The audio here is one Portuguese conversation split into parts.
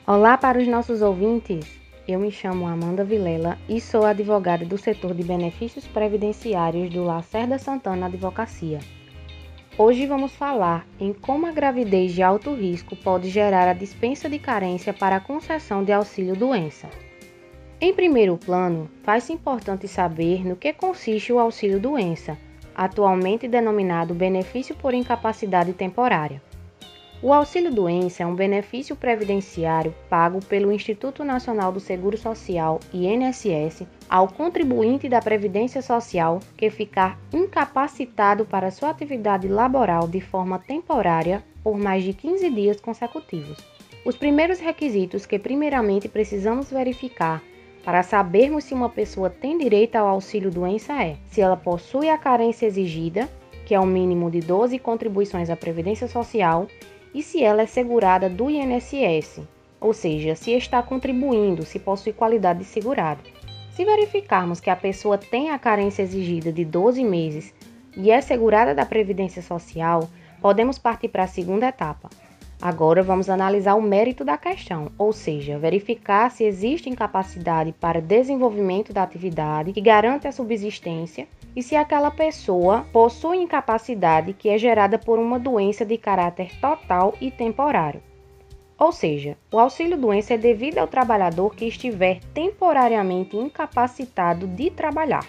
Olá para os nossos ouvintes, eu me chamo Amanda Vilela e sou advogada do setor de benefícios previdenciários do Lacerda Santana Advocacia. Hoje vamos falar em como a gravidez de alto risco pode gerar a dispensa de carência para a concessão de auxílio-doença. Em primeiro plano, faz-se importante saber no que consiste o auxílio-doença, atualmente denominado benefício por incapacidade temporária. O auxílio-doença é um benefício previdenciário pago pelo Instituto Nacional do Seguro Social, INSS, ao contribuinte da Previdência Social que ficar incapacitado para sua atividade laboral de forma temporária por mais de 15 dias consecutivos. Os primeiros requisitos que primeiramente precisamos verificar para sabermos se uma pessoa tem direito ao auxílio-doença é se ela possui a carência exigida, que é o mínimo de 12 contribuições à Previdência Social, e se ela é segurada do INSS, ou seja, se está contribuindo, se possui qualidade de segurado. Se verificarmos que a pessoa tem a carência exigida de 12 meses e é segurada da Previdência Social, podemos partir para a segunda etapa. Agora vamos analisar o mérito da questão, ou seja, verificar se existe incapacidade para desenvolvimento da atividade que garante a subsistência e se aquela pessoa possui incapacidade que é gerada por uma doença de caráter total e temporário. Ou seja, o auxílio-doença é devido ao trabalhador que estiver temporariamente incapacitado de trabalhar.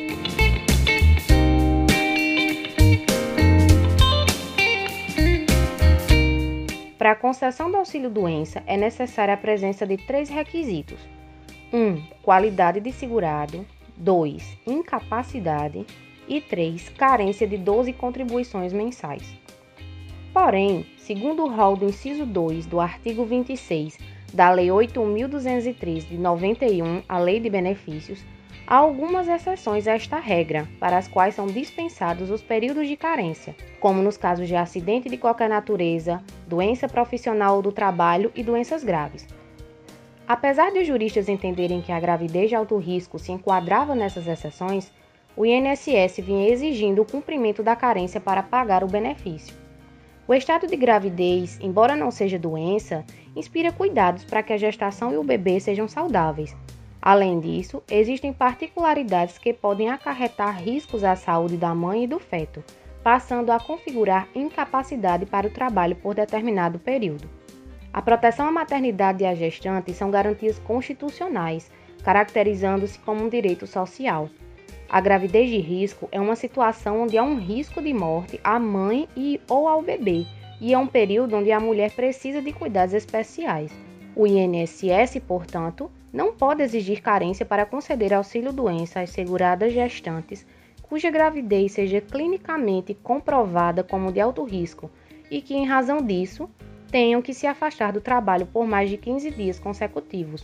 Para a concessão do auxílio-doença, é necessária a presença de 3 requisitos. 1. Qualidade de segurado. 2. Incapacidade. E 3. Carência de 12 contribuições mensais. Porém, segundo o rol do inciso 2 do artigo 26 da Lei 8.203 de 91, a Lei de Benefícios, há algumas exceções a esta regra, para as quais são dispensados os períodos de carência, como nos casos de acidente de qualquer natureza, doença profissional do trabalho e doenças graves. Apesar de os juristas entenderem que a gravidez de alto risco se enquadrava nessas exceções, o INSS vinha exigindo o cumprimento da carência para pagar o benefício. O estado de gravidez, embora não seja doença, inspira cuidados para que a gestação e o bebê sejam saudáveis. Além disso, existem particularidades que podem acarretar riscos à saúde da mãe e do feto, passando a configurar incapacidade para o trabalho por determinado período. A proteção à maternidade e à gestante são garantias constitucionais, caracterizando-se como um direito social. A gravidez de risco é uma situação onde há um risco de morte à mãe ou ao bebê, e é um período onde a mulher precisa de cuidados especiais. O INSS, portanto, não pode exigir carência para conceder auxílio-doença às seguradas gestantes cuja gravidez seja clinicamente comprovada como de alto risco e que, em razão disso, tenham que se afastar do trabalho por mais de 15 dias consecutivos.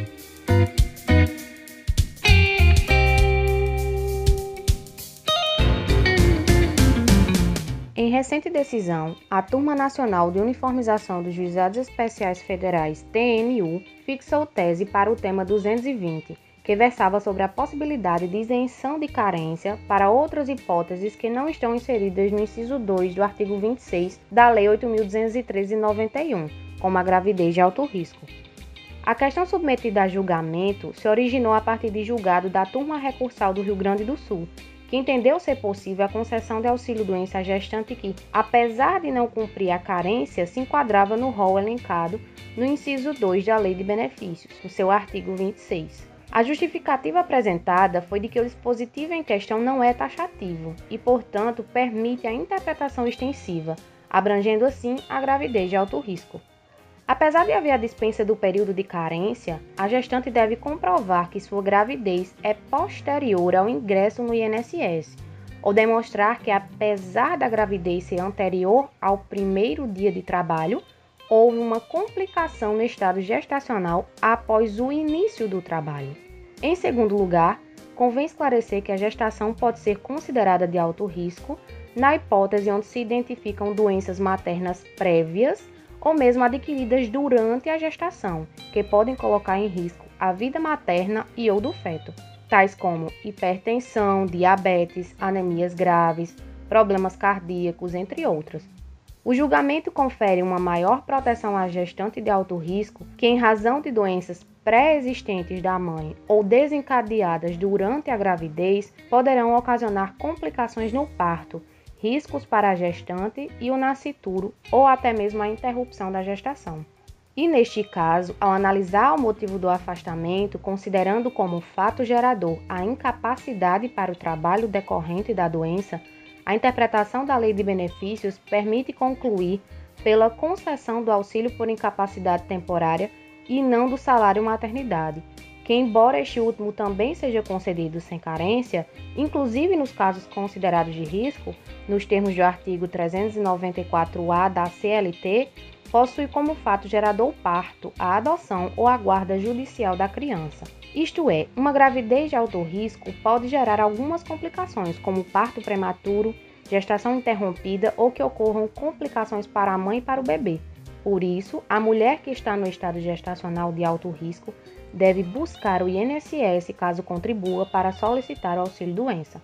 Em recente decisão, a Turma Nacional de Uniformização dos Juizados Especiais Federais, TNU, fixou tese para o tema 220, que versava sobre a possibilidade de isenção de carência para outras hipóteses que não estão inseridas no inciso 2 do artigo 26 da Lei 8.203 de 91, como a gravidez de alto risco. A questão submetida a julgamento se originou a partir de julgado da Turma Recursal do Rio Grande do Sul, que entendeu ser possível a concessão de auxílio-doença à gestante que, apesar de não cumprir a carência, se enquadrava no rol elencado no inciso 2 da Lei de Benefícios, no seu artigo 26. A justificativa apresentada foi de que o dispositivo em questão não é taxativo e, portanto, permite a interpretação extensiva, abrangendo assim a gravidez de alto risco. Apesar de haver a dispensa do período de carência, a gestante deve comprovar que sua gravidez é posterior ao ingresso no INSS, ou demonstrar que, apesar da gravidez ser anterior ao primeiro dia de trabalho, houve uma complicação no estado gestacional após o início do trabalho. Em segundo lugar, convém esclarecer que a gestação pode ser considerada de alto risco na hipótese onde se identificam doenças maternas prévias ou mesmo adquiridas durante a gestação, que podem colocar em risco a vida materna e ou do feto, tais como hipertensão, diabetes, anemias graves, problemas cardíacos, entre outras. O julgamento confere uma maior proteção à gestante de alto risco que, em razão de doenças pré-existentes da mãe ou desencadeadas durante a gravidez, poderão ocasionar complicações no parto, riscos para a gestante e o nascituro ou até mesmo a interrupção da gestação. E neste caso, ao analisar o motivo do afastamento, considerando como fato gerador a incapacidade para o trabalho decorrente da doença, a interpretação da Lei de Benefícios permite concluir pela concessão do auxílio por incapacidade temporária e não do salário maternidade, que, embora este último também seja concedido sem carência, inclusive nos casos considerados de risco, nos termos do artigo 394-A da CLT, possui como fato gerador o parto, a adoção ou a guarda judicial da criança. Isto é, uma gravidez de alto risco pode gerar algumas complicações, como parto prematuro, gestação interrompida ou que ocorram complicações para a mãe e para o bebê. Por isso, a mulher que está no estado gestacional de alto risco deve buscar o INSS caso contribua para solicitar o auxílio-doença.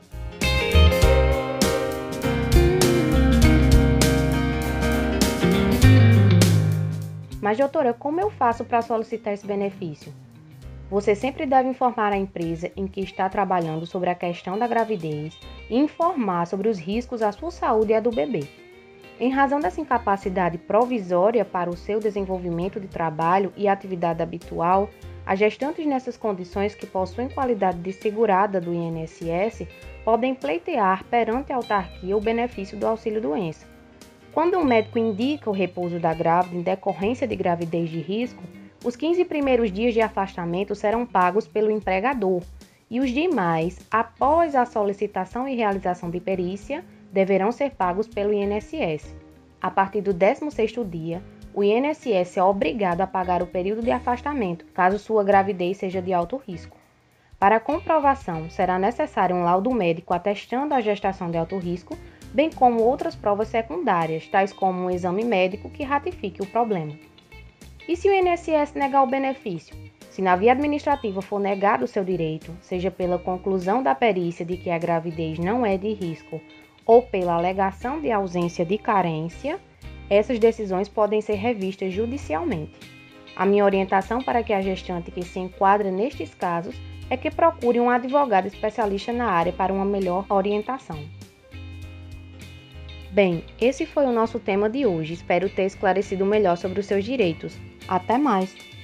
Mas, doutora, como eu faço para solicitar esse benefício? Você sempre deve informar a empresa em que está trabalhando sobre a questão da gravidez e informar sobre os riscos à sua saúde e à do bebê. Em razão dessa incapacidade provisória para o seu desenvolvimento de trabalho e atividade habitual, as gestantes nessas condições que possuem qualidade de segurada do INSS podem pleitear perante a autarquia o benefício do auxílio-doença. Quando um médico indica o repouso da grávida em decorrência de gravidez de risco, os 15 primeiros dias de afastamento serão pagos pelo empregador e os demais, após a solicitação e realização de perícia, deverão ser pagos pelo INSS. A partir do 16º dia, o INSS é obrigado a pagar o período de afastamento, caso sua gravidez seja de alto risco. Para a comprovação, será necessário um laudo médico atestando a gestação de alto risco, bem como outras provas secundárias, tais como um exame médico que ratifique o problema. E se o INSS negar o benefício? Se na via administrativa for negado o seu direito, seja pela conclusão da perícia de que a gravidez não é de risco ou pela alegação de ausência de carência, essas decisões podem ser revistas judicialmente. A minha orientação para que a gestante que se enquadra nestes casos é que procure um advogado especialista na área para uma melhor orientação. Bem, esse foi o nosso tema de hoje. Espero ter esclarecido melhor sobre os seus direitos. Até mais!